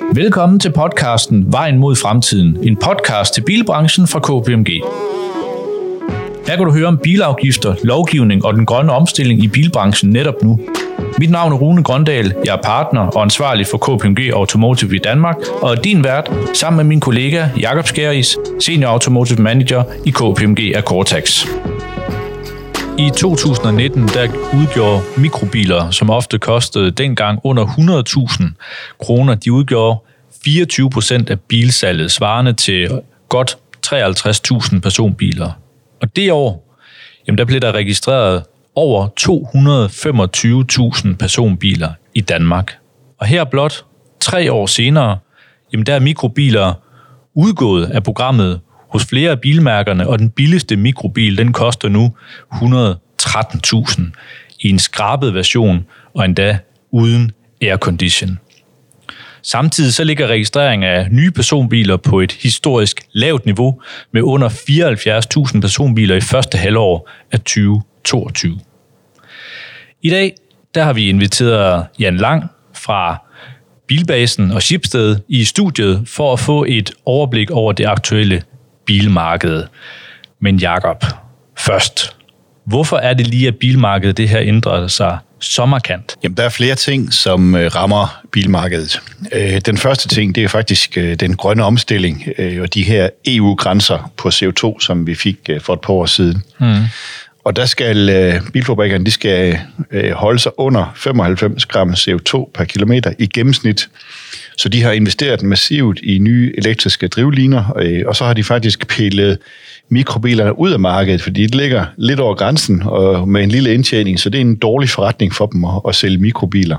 Velkommen til podcasten Vejen mod fremtiden, en podcast til bilbranchen fra KPMG. Her kan du høre om bilafgifter, lovgivning og den grønne omstilling i bilbranchen netop nu. Mit navn er Rune Grøndal, jeg er partner og ansvarlig for KPMG Automotive i Danmark, og er din vært sammen med min kollega Jakob Skæris, Senior Automotive Manager i KPMG Acortax. I 2019 der udgjorde mikrobiler, som ofte kostede dengang under 100.000 kroner, de udgjorde 24% af bilsalget, svarende til godt 53.000 personbiler. Og det år, jamen der blev der registreret over 225.000 personbiler i Danmark. Og her blot 3 år senere, jamen der er mikrobiler udgået af programmet hos flere af bilmærkerne, og den billigste mikrobil, den koster nu 113.000 i en skrabet version, og endda uden aircondition. Samtidig så ligger registrering af nye personbiler på et historisk lavt niveau med under 74.000 personbiler i første halvår af 2022. I dag der har vi inviteret Jan Lang fra Bilbasen og Schibsted i studiet for at få et overblik over det aktuelle bilmarked. Men Jakob, først, hvorfor er det lige, at bilmarkedet det her ændrer sig så markant? Jamen, der er flere ting, som rammer bilmarkedet. Den første ting, det er faktisk den grønne omstilling og de her EU-grænser på CO2, som vi fik for et par år siden. Og der skal bilfabrikkerne, de skal holde sig under 95 gram CO2 per kilometer i gennemsnit. Så de har investeret massivt i nye elektriske drivliner, og så har de faktisk pillet mikrobilerne ud af markedet, fordi de ligger lidt over grænsen og med en lille indtjening, så det er en dårlig forretning for dem at sælge mikrobiler.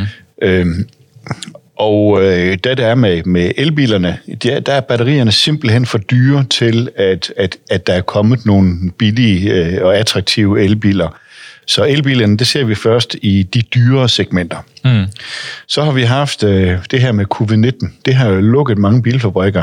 Da det er med elbilerne, der er batterierne simpelthen for dyre til, at der er kommet nogle billige og attraktive elbiler. Så elbilerne, det ser vi først i de dyrere segmenter. Så har vi haft det her med covid-19. Det har jo lukket mange bilfabrikker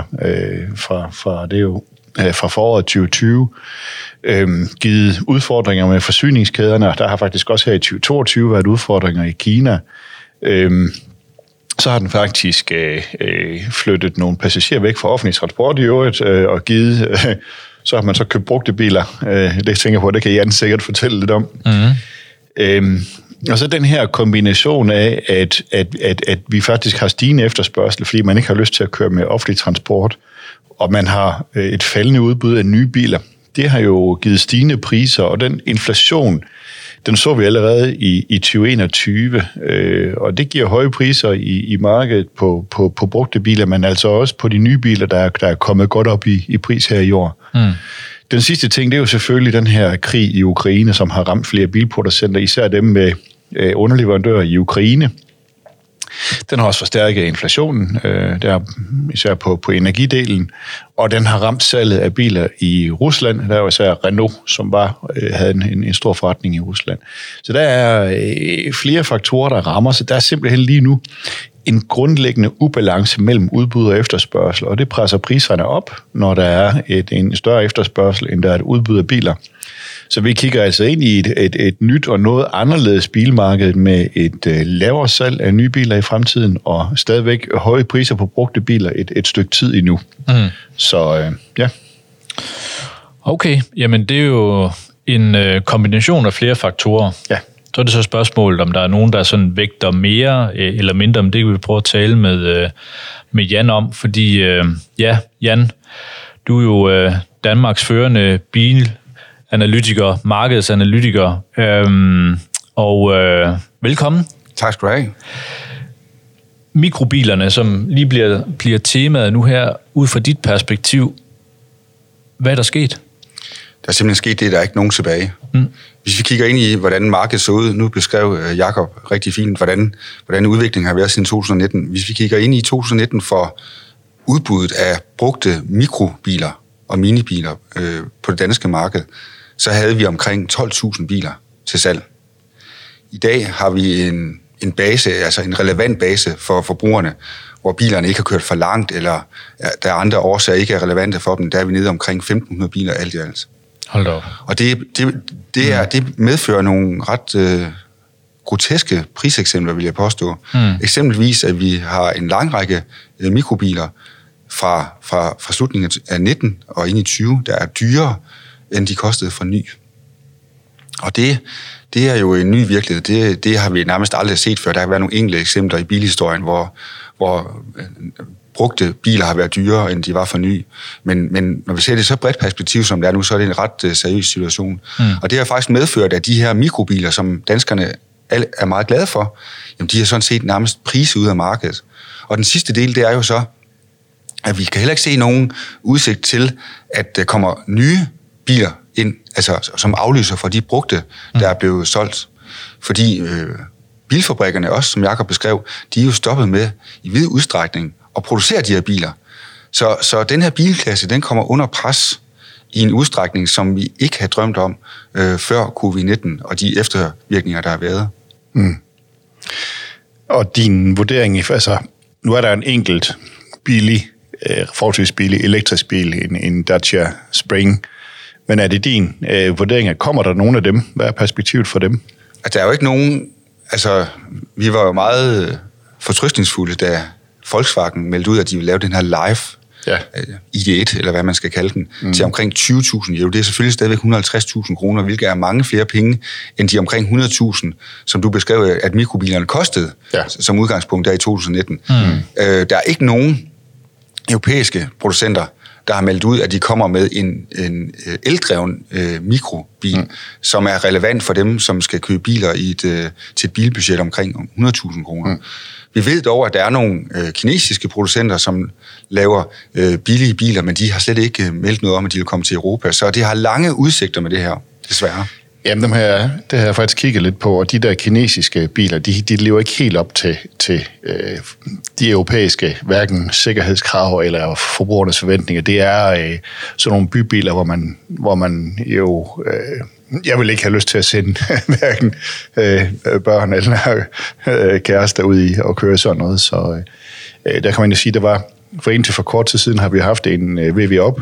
fra foråret 2020. Givet udfordringer med forsyningskæderne. Der har faktisk også her i 2022 været udfordringer i Kina. Så har den faktisk flyttet nogle passagerer væk fra offentlig transport i øvrigt, og givet... Så har man så købt brugte biler. Det tænker jeg på, det kan Jan sikkert fortælle lidt om. Og så den her kombination af, at vi faktisk har stigende efterspørgsel, fordi man ikke har lyst til at køre med offentlig transport, og man har et faldende udbud af nye biler. Det har jo givet stigende priser, og den inflation, den så vi allerede i 2021, og det giver høje priser i markedet på brugte biler, men altså også på de nye biler, der er kommet godt op i pris her i år. Den sidste ting, det er jo selvfølgelig den her krig i Ukraine, som har ramt flere bilproducenter, især dem med underleverandører i Ukraine. Den har også forstærket inflationen, der især på energidelen, og den har ramt salget af biler i Rusland. Der er jo især Renault, som havde en stor forretning i Rusland. Så der er flere faktorer, der rammer, så der er simpelthen lige nu en grundlæggende ubalance mellem udbud og efterspørgsel, og det presser priserne op, når der er en større efterspørgsel, end der er et udbud af biler. Så vi kigger altså ind i et nyt og noget anderledes bilmarked med et lavere salg af nye biler i fremtiden, og stadigvæk høje priser på brugte biler et stykke tid endnu. Så ja. Okay, jamen det er jo en kombination af flere faktorer. Ja. Så er det så spørgsmålet, om der er nogen, der sådan vægter mere eller mindre, om det kan vi prøve at tale med Jan om, fordi Jan, du er jo Danmarks førende bilanalytiker, markedsanalytiker, og velkommen. Tak skal du have. Mikrobilerne, som lige bliver temaet nu her, ud fra dit perspektiv, hvad er der sket? Der er simpelthen sket det, der er ikke nogen tilbage. Hvis vi kigger ind i, hvordan markedet så ud, nu beskrev Jakob rigtig fint, hvordan udviklingen har været siden 2019. Hvis vi kigger ind i 2019 for udbuddet af brugte mikrobiler og minibiler på det danske marked, så havde vi omkring 12.000 biler til salg. I dag har vi en base, altså en relevant base for forbrugerne, hvor bilerne ikke har kørt for langt, eller der er andre årsager ikke er relevante for dem. Der er vi nede omkring 1.500 biler alt i alt. Hold da op. Og det medfører nogle ret groteske priseksempler, vil jeg påstå. Eksempelvis, at vi har en lang række mikrobiler fra slutningen af 19 og ind i 20, der er dyrere, end de kostede fra ny. Og det er jo en ny virkelighed. Det har vi nærmest aldrig set før. Der har været nogle enkelte eksempler i bilhistorien, hvor brugte biler har været dyrere, end de var for ny. Men når vi ser det så bredt perspektiv, som det er nu, så er det en ret seriøs situation. Og det har faktisk medført, at de her mikrobiler, som danskerne er meget glade for, jamen de har sådan set nærmest priset ud af markedet. Og den sidste del, det er jo så, at vi kan heller ikke se nogen udsigt til, at der kommer nye biler ind, altså som afløser for de brugte, der er blevet solgt. Fordi bilfabrikkerne også, som Jakob beskrev, de er jo stoppet med i vid udstrækning at producere de her biler. Så den her bilklasse, den kommer under pres i en udstrækning, som vi ikke havde drømt om før covid-19 og de eftervirkninger, der har været. Og din vurdering, altså nu er der en enkelt forholdsvis billig elektrisk bil, en Dacia Spring, men er det din vurdering, at kommer der nogen af dem? Hvad er perspektivet for dem? Der er jo ikke nogen, altså vi var jo meget fortrøstningsfulde, da Volkswagen meldte ud, at de ville lave den her live ID1, eller hvad man skal kalde den, til omkring 20.000 euro. Det er selvfølgelig stadigvæk 150.000 kroner, hvilket er mange flere penge, end de omkring 100.000, som du beskrev, at mikrobilerne kostede, som udgangspunkt der i 2019. Der er ikke nogen europæiske producenter, der har meldt ud, at de kommer med en eldreven mikrobil, som er relevant for dem, som skal købe biler til et bilbudget omkring 100.000 kroner. Vi ved dog, at der er nogle kinesiske producenter, som laver billige biler, men de har slet ikke meldt noget om, at de vil komme til Europa. Så det har lange udsigter med det her, desværre. Jamen, det har jeg faktisk kigget lidt på, og de der kinesiske biler, de lever ikke helt op til de europæiske, hverken sikkerhedskrav eller forbrugernes forventninger. Det er sådan nogle bybiler, hvor man jo... jeg vil ikke have lyst til at sende hverken børn eller kærester ud i og køre sådan noget, så der kan man jo sige, der var for indtil for kort tid siden har vi haft en VW op,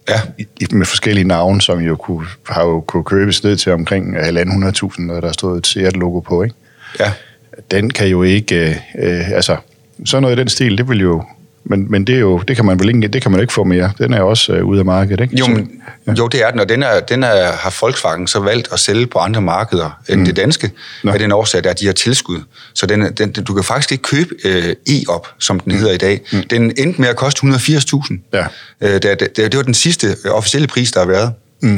med forskellige navne, som jo kunne købes ned til omkring 1.500.000, når der stod et Seat-logo på, ikke? Ja. Den kan jo ikke, altså sådan noget i den stil, det vil jo, men det er jo, det kan man ikke få mere. Den er jo også ude af markedet, ikke? Jo, det er den, og den har Volkswagen så valgt at sælge på andre markeder end det danske, med den årsag, der er de her tilskud. Så du kan faktisk ikke købe E-op, som den hedder i dag. Den endte med at koste 180.000. Ja. Det var den sidste officielle pris, der har været.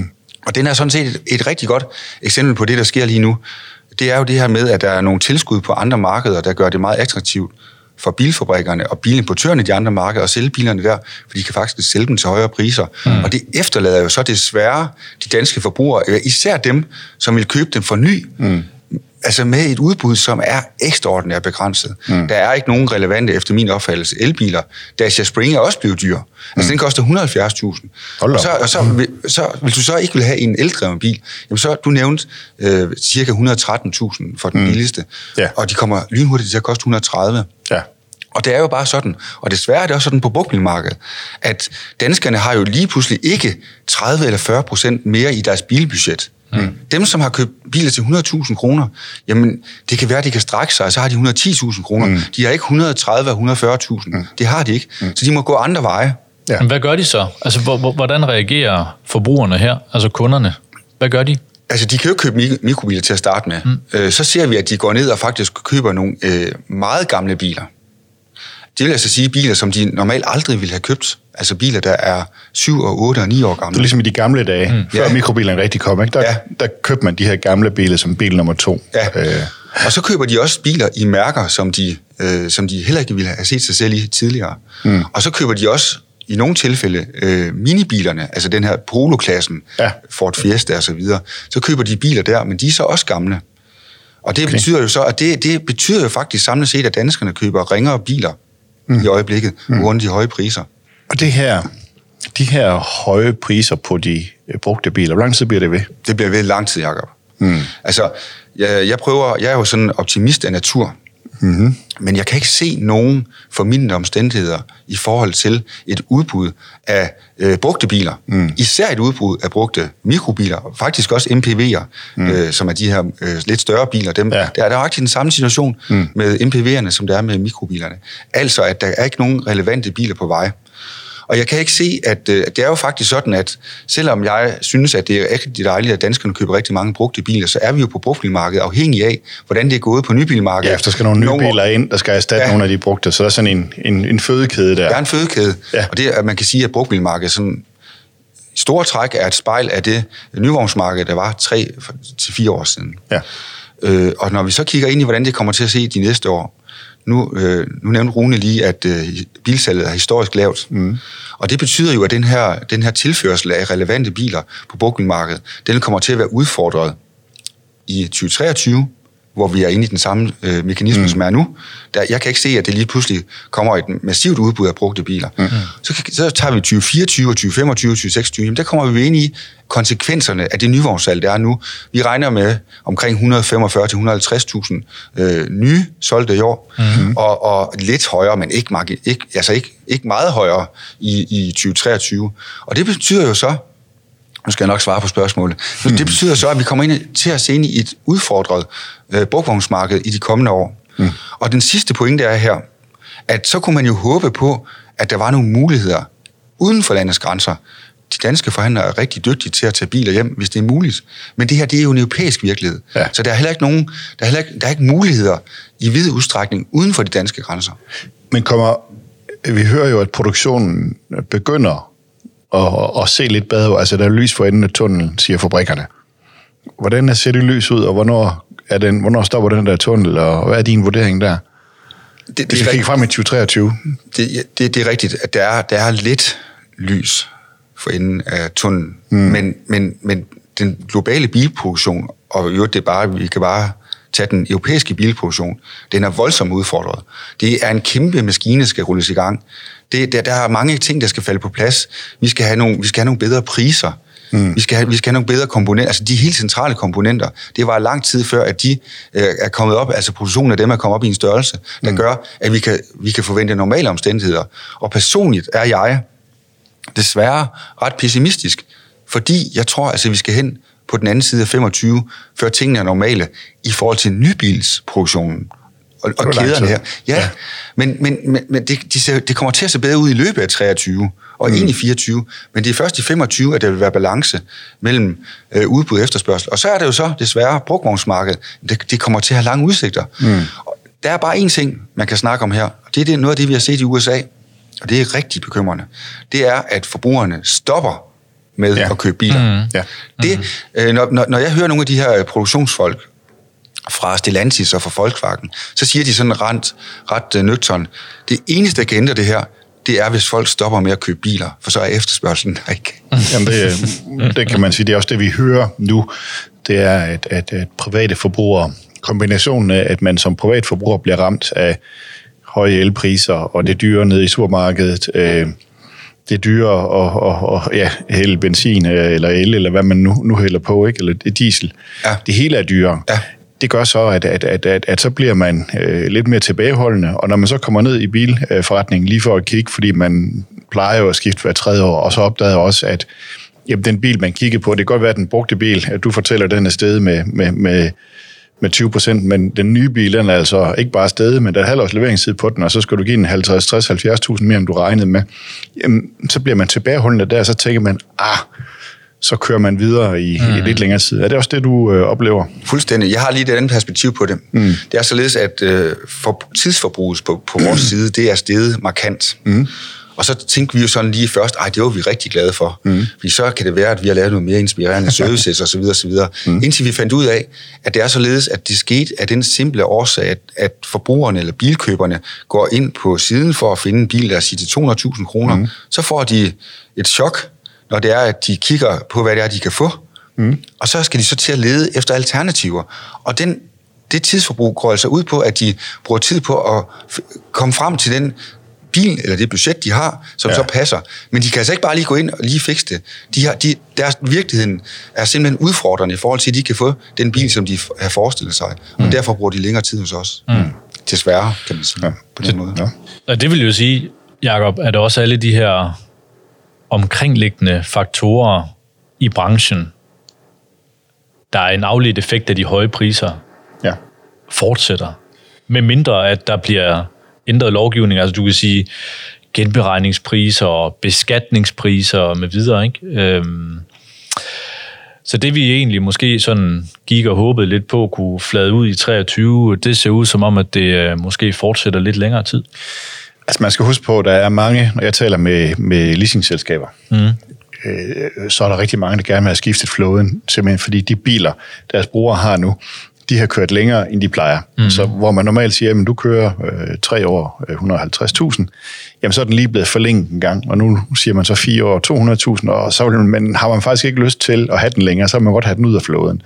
Og den er sådan set et rigtig godt eksempel på det, der sker lige nu. Det er jo det her med, at der er nogle tilskud på andre markeder, der gør det meget attraktivt for bilfabrikkerne og bilimportørerne i de andre markeder og sælge bilerne der, for de kan faktisk sælge dem til højere priser. Og det efterlader jo så desværre de danske forbrugere, især dem, som vil købe dem for ny, altså med et udbud, som er ekstraordinært begrænset. Der er ikke nogen relevante, efter min opfattelse, elbiler. Dacia Spring er også blevet dyr. Altså den koster 170.000. Og så hvis du så ikke vil have en eldreven bil, jamen så du nævnte cirka 113.000 for den billigste, og de kommer lynhurtigt til at koste 130. Ja. Og det er jo bare sådan, og desværre er det også sådan på brugtbilmarkedet, at danskerne har jo lige pludselig ikke 30 eller 40% mere i deres bilbudget. Dem, som har købt biler til 100.000 kroner, jamen, det kan være, at de kan strække sig, og så har de 110.000 kroner. De har ikke 130 og 140.000. Det har de ikke. Så de må gå andre veje. Ja. Men hvad gør de så? Altså, hvordan reagerer forbrugerne her, altså kunderne? Hvad gør de? Altså, de kan jo købe mikrobiler til at starte med. Så ser vi, at de går ned og faktisk køber nogle meget gamle biler. Det vil altså sige biler, som de normalt aldrig ville have købt. Altså biler, der er 7, 8 og 9 år gamle. Det er ligesom i de gamle dage, før mikrobilerne rigtig kom, ikke? Der købte man de her gamle biler som bil nummer 2. Ja. Og så køber de også biler i mærker, som de heller ikke ville have set sig selv i tidligere. Og så køber de også i nogle tilfælde minibilerne, altså den her Polo-klassen, Ford Fiesta og så videre. Så køber de biler der, men de er så også gamle. Og det betyder jo så, at det betyder jo faktisk samlet set, at danskerne køber ringere biler i øjeblikket, uden de høje priser. Og de her høje priser på de brugte biler, hvor lang tid bliver det ved? Det bliver ved lang tid, Jakob. Altså, jeg er jo sådan en optimist af natur, Mm-hmm. Men jeg kan ikke se nogen formildende omstændigheder i forhold til et udbud af brugte biler. Især et udbud af brugte mikrobiler, og faktisk også MPV'er, som er de her lidt større biler. Der er faktisk den samme situation med MPV'erne, som der er med mikrobilerne. Altså, at der er ikke nogen relevante biler på vej. Og jeg kan ikke se, at det er jo faktisk sådan, at selvom jeg synes, at det er rigtig dejligt, at danskerne køber rigtig mange brugte biler, så er vi jo på brugtbilmarkedet afhængig af, hvordan det er gået på nybilmarkedet. Ja, efter skal nogle nye biler ind, der skal erstatte nogle af de brugte, så der er sådan en fødekæde der. Der er en fødekæde, og det er, at man kan sige, at brugtbilmarkedet sådan store træk er et spejl af det nyvognsmarked, der var 3-4 år siden. Ja. Og når vi så kigger ind i, hvordan det kommer til at se de næste år, nu nævnte Rune lige, at bilsalget er historisk lavt. Og det betyder jo, at den her tilførsel af relevante biler på brugtbilmarkedet, den kommer til at være udfordret i 2023, hvor vi er inde i den samme mekanisme, som er nu. Jeg kan ikke se, at det lige pludselig kommer et massivt udbud af brugte biler. Så tager vi 2024, 2025, 2026, jamen der kommer vi ind i konsekvenserne af det nyvognssalg, der er nu. Vi regner med omkring 145.000-150.000 nye solgte i år, og lidt højere, men ikke meget højere i 2023. Og det betyder jo så, nu skal jeg nok svare på spørgsmålet. Det betyder så, at vi kommer ind til at se ind i et udfordret brugtvognsmarked i de kommende år. Og den sidste pointe er her, at så kunne man jo håbe på, at der var nogle muligheder uden for landets grænser. De danske forhandlere er rigtig dygtige til at tage biler hjem, hvis det er muligt. Men det her, det er jo en europæisk virkelighed. Ja. Så der er heller ikke muligheder i vid udstrækning uden for de danske grænser. Men vi hører jo, at produktionen begynder og se lidt bedre. Altså, der er lys for enden af tunnelen, siger fabrikkerne. Hvordan ser det lys ud, og hvornår stopper den der tunnel, og hvad er din vurdering der? Hvis vi kigger frem i 2023. Det er rigtigt, at der er lidt lys for enden af tunnelen. Men den globale bilproduktion, og jo, vi kan bare tage den europæiske bilproduktion, den er voldsomt udfordret. Det er en kæmpe maskine, der skal rulles i gang. Der er mange ting, der skal falde på plads. Vi skal have nogle bedre priser. Vi skal have nogle bedre komponenter. Altså de helt centrale komponenter, det var lang tid før, at de er kommet op, altså produktionen af dem er kommet op i en størrelse, der gør, at vi kan forvente normale omstændigheder. Og personligt er jeg desværre ret pessimistisk, fordi jeg tror, at vi skal hen på den anden side af 25, før tingene er normale, i forhold til nybilsproduktionen og kæderne her. Ja. Men det kommer til at se bedre ud i løbet af 23 og ind i 24, men det er først i 25, at der vil være balance mellem udbud og efterspørgsel. Og så er det jo så desværre brugtvognsmarkedet. Det kommer til at have lange udsigter. Der er bare én ting, man kan snakke om her, og det er noget af det, vi har set i USA, og det er rigtig bekymrende. Det er, at forbrugerne stopper med at købe biler. Når jeg hører nogle af de her produktionsfolk fra Stellantis og fra Volkswagen, så siger de sådan ret nøgtern. Det eneste, der kan ændre det her, det er, hvis folk stopper med at købe biler, for så er efterspørgselen der ikke. Jamen det kan man sige, det er også det, vi hører nu. Det er, at private forbrugere, kombinationen af, at man som privat forbruger bliver ramt af høje elpriser, og det dyre nede i supermarkedet, det er dyrere at hælde benzin, eller el, eller hvad man nu hælder på, ikke? Eller diesel. Ja. Det hele er dyrere. Ja. Det gør så, at så bliver man lidt mere tilbageholdende, og når man så kommer ned i bilforretningen lige for at kigge, fordi man plejer jo at skifte hver 3 år, og så opdager også, at den bil, man kigger på, det kan godt være, at den brugte bil, at du fortæller, at den er steget med 20%, men den nye bil, den er altså ikke bare steget, men der er halvårs leveringstid på den, og så skal du give den 50, 60, 70.000 mere, end du regnede med. Jamen, så bliver man tilbageholdende der, og så tænker man, så kører man videre i lidt længere tid. Er det også det, du oplever? Fuldstændig. Jeg har lige et andet perspektiv på det. Det er således, at tidsforbruget på vores side, det er steget markant. Og så tænkte vi jo sådan lige først, det var vi rigtig glade for. Fordi så kan det være, at vi har lavet noget mere inspirerende services osv. Indtil vi fandt ud af, at det er således, at det skete af den simple årsag, at forbrugerne eller bilkøberne går ind på siden for at finde en bil, der siger til 200.000 kroner. Så får de et chok, når det er, at de kigger på, hvad det er, de kan få. Og så skal de så til at lede efter alternativer. Og det tidsforbrug går altså ud på, at de bruger tid på at komme frem til den bil, eller det budget, de har, som så passer. Men de kan altså ikke bare lige gå ind og lige fikse det. Deres virkeligheden er simpelthen udfordrende i forhold til, at de kan få den bil, som de har forestillet sig. Og derfor bruger de længere tid hos os. Desværre, kan man sige, på den måde. Ja. Og det vil jo sige, Jakob, at også alle de her omkringliggende faktorer i branchen, der er en afledt effekt af de høje priser, fortsætter. Med mindre, at der bliver ændret lovgivning. Altså du kan sige genberegningspriser og beskatningspriser med videre, ikke? Så det vi egentlig måske sådan gik og håbede lidt på kunne flade ud i 23, det ser ud som om, at det måske fortsætter lidt længere tid. Altså man skal huske på, at der er mange, når jeg taler med leasingselskaber, så er der rigtig mange, der gerne vil have skiftet flåden, simpelthen fordi de biler, deres brugere har nu, de har kørt længere, end de plejer. Så hvor man normalt siger, at du kører 3 år 150.000, jamen så er den lige blevet forlænget en gang, og nu siger man så 4 år 200.000, og så har man faktisk ikke lyst til at have den længere, så vil man godt have den ud af flåden.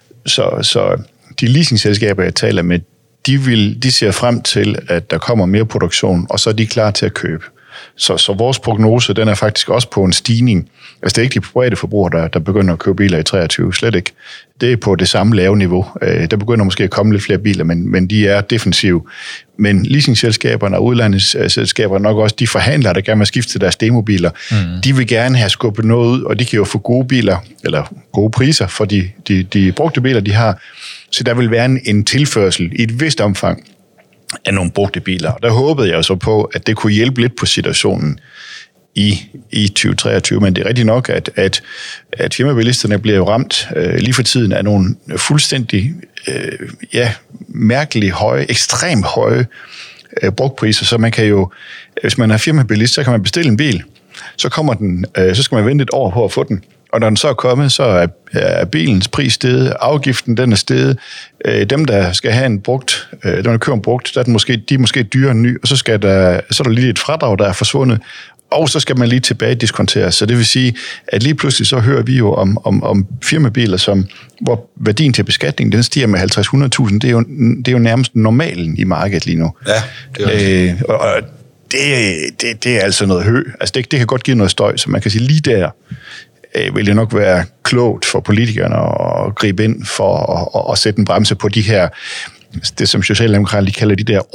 Så de leasingselskaber, jeg taler med, de ser frem til, at der kommer mere produktion, og så er de klar til at købe. Så vores prognose, den er faktisk også på en stigning. Altså det er ikke de private forbrugere, der begynder at købe biler i 23, slet ikke. Det er på det samme lave niveau. Der begynder måske at komme lidt flere biler, men de er defensive. Men leasingselskaberne og udlejningsselskaberne, nok også de forhandlere, der gerne vil skifte til deres demobiler, de vil gerne have skubbet noget ud, og de kan jo få gode biler, eller gode priser for de brugte biler, de har. Så der vil være en tilførsel i et vist omfang af nogle brugte biler. Og der håbede jeg jo så på, at det kunne hjælpe lidt på situationen i 2023, men det er rigtigt nok, at firmabilisterne bliver jo ramt lige for tiden af nogle fuldstændig mærkeligt høje, ekstremt høje brugtpriser, så man kan jo, hvis man er firmabilist, så kan man bestille en bil, så kommer den, så skal man vente et år på at få den, og når den så er kommet, så er bilens pris steget, afgiften den er steget, dem der skal have en brugt, dem der køber en brugt, de er måske dyrere end ny, og så er der lige et fradrag, der er forsvundet, og så skal man lige tilbage diskontere. Så det vil sige, at lige pludselig så hører vi jo om firmabiler, hvor værdien til beskatning, den stiger med 50-100.000. Det er jo nærmest normalen i markedet lige nu. Ja, det er og det er altså noget hø. Altså det kan godt give noget støj, så man kan sige lige der vil det nok være klogt for politikerne at gribe ind for at sætte en bremse på de her, det som Socialdemokraterne kalder de der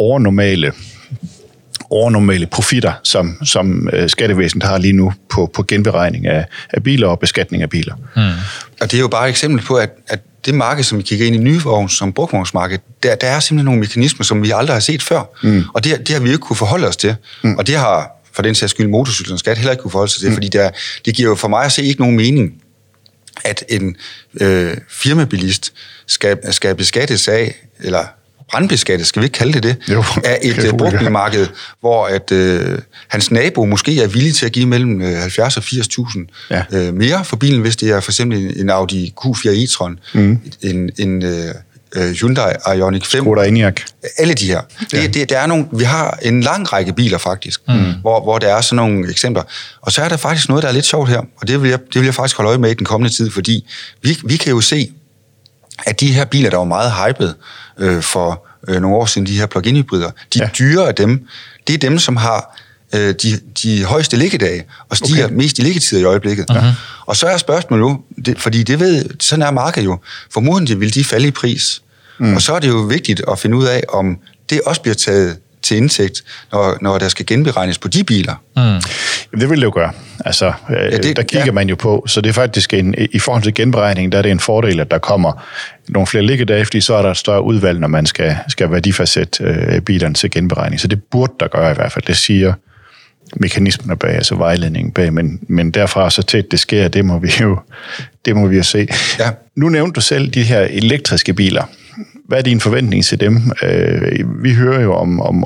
overnormale profitter, som skattevæsenet har lige nu på genberegning af biler og beskatning af biler. Og det er jo bare et eksempel på, at det marked, som vi kigger ind i nyvogns, som brugtvognsmarked, der er simpelthen nogle mekanismer, som vi aldrig har set før. Og det har vi jo ikke kunne forholde os til. Og det har for den sags skyld motorcyklen skat heller ikke kunne forholde sig til, fordi det giver jo for mig at se ikke nogen mening, at en firmabilist skal beskattes af, eller brandbeskattes, skal vi ikke kalde det, jo, af et brugtbilmarked, hvor hans nabo måske er villig til at give mellem 70 og 80.000 mere for bilen, hvis det er for eksempel en Audi Q4 e-tron, en Hyundai Ioniq 5. Skoda Enyaq. Alle de her. Der er nogle, vi har en lang række biler faktisk, hvor der er sådan nogle eksempler. Og så er der faktisk noget, der er lidt sjovt her, og det vil jeg faktisk holde øje med i den kommende tid, fordi vi kan jo se, at de her biler, der var meget hyped for nogle år siden, de her plug-in hybrider, de dyre af dem, det er dem, som har de højeste liggedage, og stiger mest i liggetider i øjeblikket. Og så er spørgsmålet jo, fordi det ved, sådan er markedet jo, formodentlig vil de falde i pris. Og så er det jo vigtigt at finde ud af, om det også bliver taget til indtægt, når der skal genberegnes på de biler. Jamen, det vil det jo gøre. Altså, der kigger man jo på, så det er faktisk i forhold til genberegning, der er det en fordel, at der kommer nogle flere liggedage, fordi så er der et større udvalg, når man skal værdifastsætte bilerne til genberegning. Så det burde der gøre i hvert fald. Det siger mekanismerne bag, altså vejledningen bag, men derfra så tæt det sker, det må vi jo se. Ja. Nu nævnte du selv de her elektriske biler. Hvad er din forventning til dem? Vi hører jo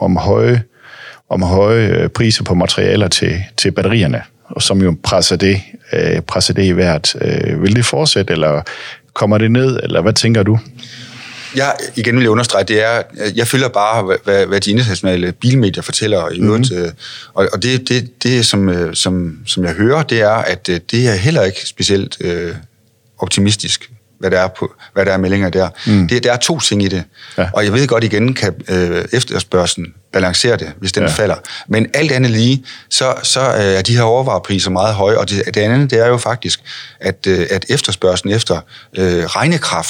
om høje priser på materialer til batterierne, og som jo presser det i hvert. Vil det fortsætte, eller kommer det ned, eller hvad tænker du? Jeg igen vil jeg understrege, det er, jeg følger bare, hvad de internationale bilmedier fortæller i øvrigt, og det som jeg hører, det er, at det er heller ikke specielt optimistisk, hvad der er meldinger der. Der er to ting i det, og jeg ved godt igen, kan efterspørgslen balancere det, hvis den falder. Men alt andet lige, så er de her overvarepriser meget høje, og det andet, det er jo faktisk, at efterspørgslen efter regnekraft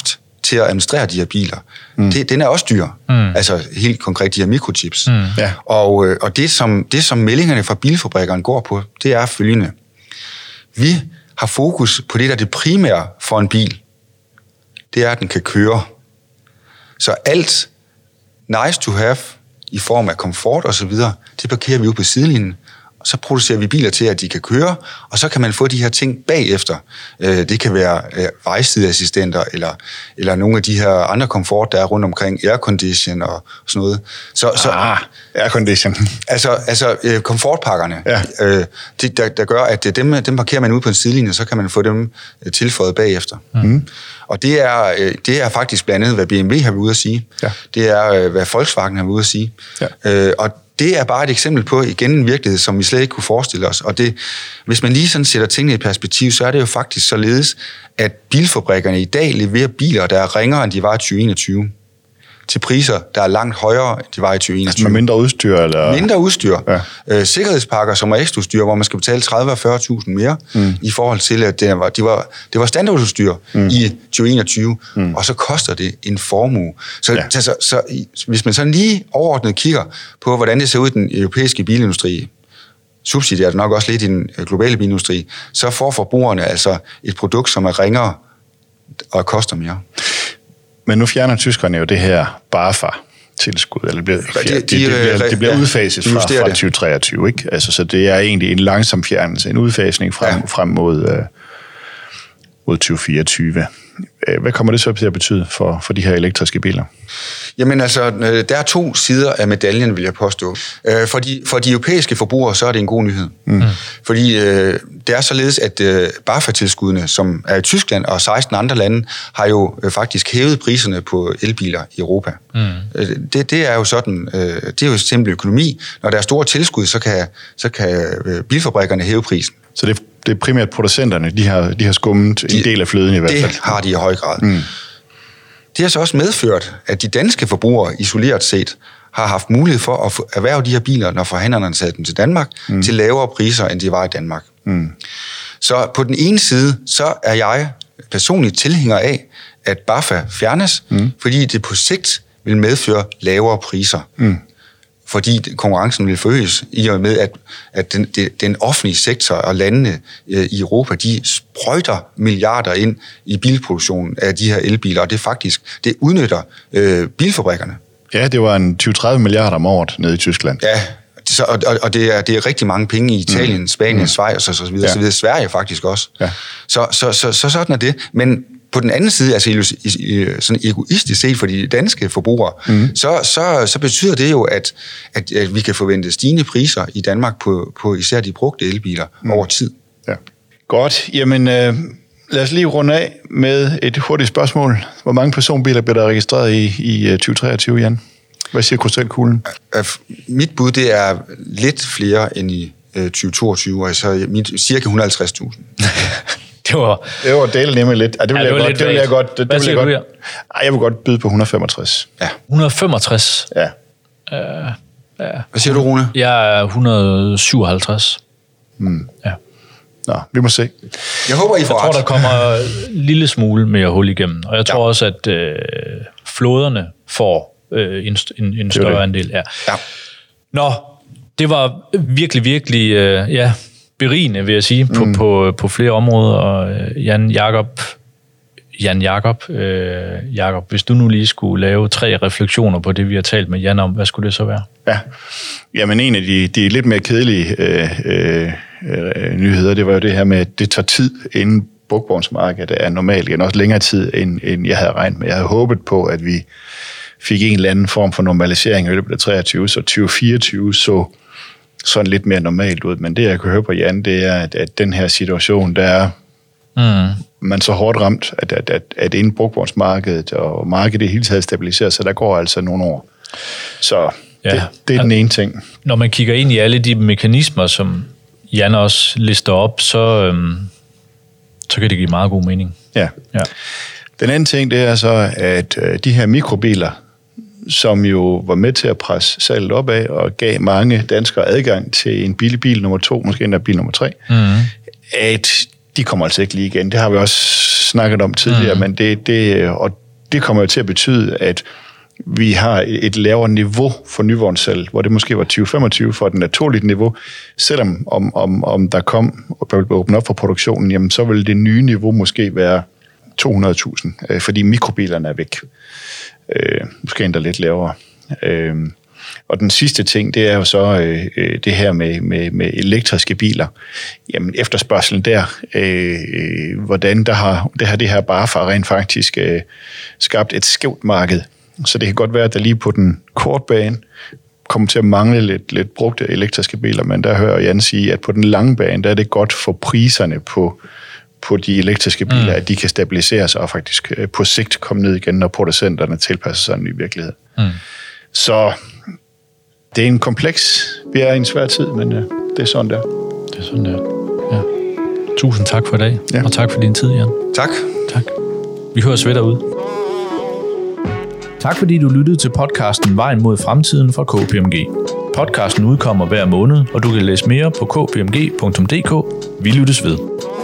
til at administrere de her biler, den er også dyr. Altså helt konkret de her mikrochips. Ja. Og det som meldingerne fra bilfabrikkerne går på, det er følgende. Vi har fokus på det, der er det primære for en bil. Det er, at den kan køre. Så alt nice to have i form af komfort og så videre, det parkerer vi ud på sidelinjen. Og så producerer vi biler til, at de kan køre, og så kan man få de her ting bagefter. Det kan være vejsideassistenter, eller nogle af de her andre komfort, der er rundt omkring, aircondition og sådan noget. Aircondition. Altså komfortpakkerne, ja. Der gør, at dem parkerer man ud på en sidelinje, så kan man få dem tilføjet bagefter. Og det er faktisk blandt andet, hvad BMW har været ude at sige. Ja. Det er, hvad Volkswagen har været ude at sige. Ja. Og det er bare et eksempel på, igen, en virkelighed, som vi slet ikke kunne forestille os. Og det, hvis man lige sådan sætter tingene i perspektiv, så er det jo faktisk således, at bilfabrikkerne i dag leverer biler, der er ringere, end de var i 2021. Til priser, der er langt højere, end de var i 2021. Altså med mindre udstyr? Eller? Mindre udstyr. Ja. Sikkerhedspakker, som er ekstraudstyr, hvor man skal betale 30 og 40.000 mere, i forhold til, at det var standardudstyr i 2021, og så koster det en formue. Så hvis man sådan lige overordnet kigger på, hvordan det ser ud i den europæiske bilindustri, subsidieret nok også lidt i den globale bilindustri, så får forbrugerne altså et produkt, som er ringere og koster mere. Men nu fjerner tyskerne jo det her BAFA-tilskud, eller det bliver udfaset fra 2023, ikke? Altså, så det er egentlig en langsom fjernelse, en udfasning frem mod 2024. Hvad kommer det så til at betyde for de her elektriske biler? Jamen altså, der er to sider af medaljen, vil jeg påstå. For de europæiske forbrugere, så er det en god nyhed. Fordi det er således, at BAFA-tilskuddene, som er i Tyskland og 16 andre lande, har jo faktisk hævet priserne på elbiler i Europa. Det er jo sådan, det er jo simpel økonomi. Når der er store tilskud, så kan bilfabrikkerne hæve prisen. Så det er primært producenterne, de har skummet en del af fløden i hvert fald. Det har de i høj grad. Det har så også medført, at de danske forbrugere isoleret set har haft mulighed for at erhverve de her biler, når forhandlerne satte dem til Danmark, til lavere priser, end de var i Danmark. Så på den ene side, så er jeg personligt tilhænger af, at BAFA fjernes, fordi det på sigt vil medføre lavere priser. Fordi konkurrencen vil forøges i og med, at den offentlige sektor og landene i Europa, de sprøjter milliarder ind i bilproduktionen af de her elbiler, og det udnytter bilfabrikkerne. Ja, det var en 20-30 milliarder om året nede i Tyskland. Ja, og det er rigtig mange penge i Italien, Spanien, Schweiz og så videre, så videre. Sverige faktisk også. Ja. Så sådan er det. Men på den anden side, altså sådan egoistisk set for de danske forbrugere, så betyder det jo, at vi kan forvente stigende priser i Danmark på især de brugte elbiler over tid. Ja. Godt. Jamen, lad os lige runde af med et hurtigt spørgsmål. Hvor mange personbiler bliver der registreret i 2023, Jan? Hvad siger krystalkuglen? Mit bud, det er lidt flere end i 2022, altså cirka 150.000. Det var delt nemlig lidt. Det vil jeg godt. Jeg vil godt byde på 165. Ja. 165? Ja. Hvad siger du, Rune? Jeg er 157. Ja. Nå, vi må se. Jeg håber, I får ret. Jeg tror, der kommer en lille smule mere hul igennem. Og jeg tror også, at flåderne får en større andel. Ja. Nå, det var virkelig, virkelig berigende, vil jeg sige, på flere områder. Og Jakob, hvis du nu lige skulle lave 3 refleksioner på det, vi har talt med Jan om, hvad skulle det så være? Ja, jamen en af de lidt mere kedelige nyheder, det var jo det her med, at det tager tid, inden brugtvognsmarkedet er normalt, igen også længere tid, end jeg havde regnet med. Jeg havde håbet på, at vi fik en eller anden form for normalisering i løbet af 23, så 2024 så sådan lidt mere normalt ud. Men det, jeg kan høre på Jan, det er, at den her situation, der er man så hårdt ramt, at inden brugtvognsmarkedet og markedet i hele taget stabiliserer, så der går altså nogle år. Så det er den ene ting. Når man kigger ind i alle de mekanismer, som Jan også lister op, så kan det give meget god mening. Ja. Den anden ting, det er så, at de her mikrobiler, som jo var med til at presse salget opad og gav mange danskere adgang til en billig bil nummer 2, måske endda bil nummer 3, at de kommer altså ikke lige igen. Det har vi også snakket om tidligere, men det kommer jo til at betyde, at vi har et lavere niveau for nyvognssalg, hvor det måske var 2025 for et naturligt niveau. Selvom om der kom og blev åbnet op for produktionen, jamen så vil det nye niveau måske være 200.000, fordi mikrobilerne er væk. Måske endda lidt lavere. Og den sidste ting, det er jo så det her med elektriske biler. Jamen efterspørgselen der, hvordan det her bare rent faktisk skabt et skævt marked. Så det kan godt være, at der lige på den korte bane kommer til at mangle lidt brugte elektriske biler, men der hører Jan sige, at på den lange bane, der er det godt for priserne på de elektriske biler, at de kan stabiliseres og faktisk på sigt komme ned igen, når producenterne tilpasser sig en ny virkelighed. Så det er en kompleks, vi er i en svær tid, men det er sådan der. Det er sådan der, ja. Tusind tak for i dag, og tak for din tid, Jan. Tak. Vi høres ved derude. Tak fordi du lyttede til podcasten Vejen mod fremtiden fra KPMG. Podcasten udkommer hver måned, og du kan læse mere på kpmg.dk. Vi lyttes ved.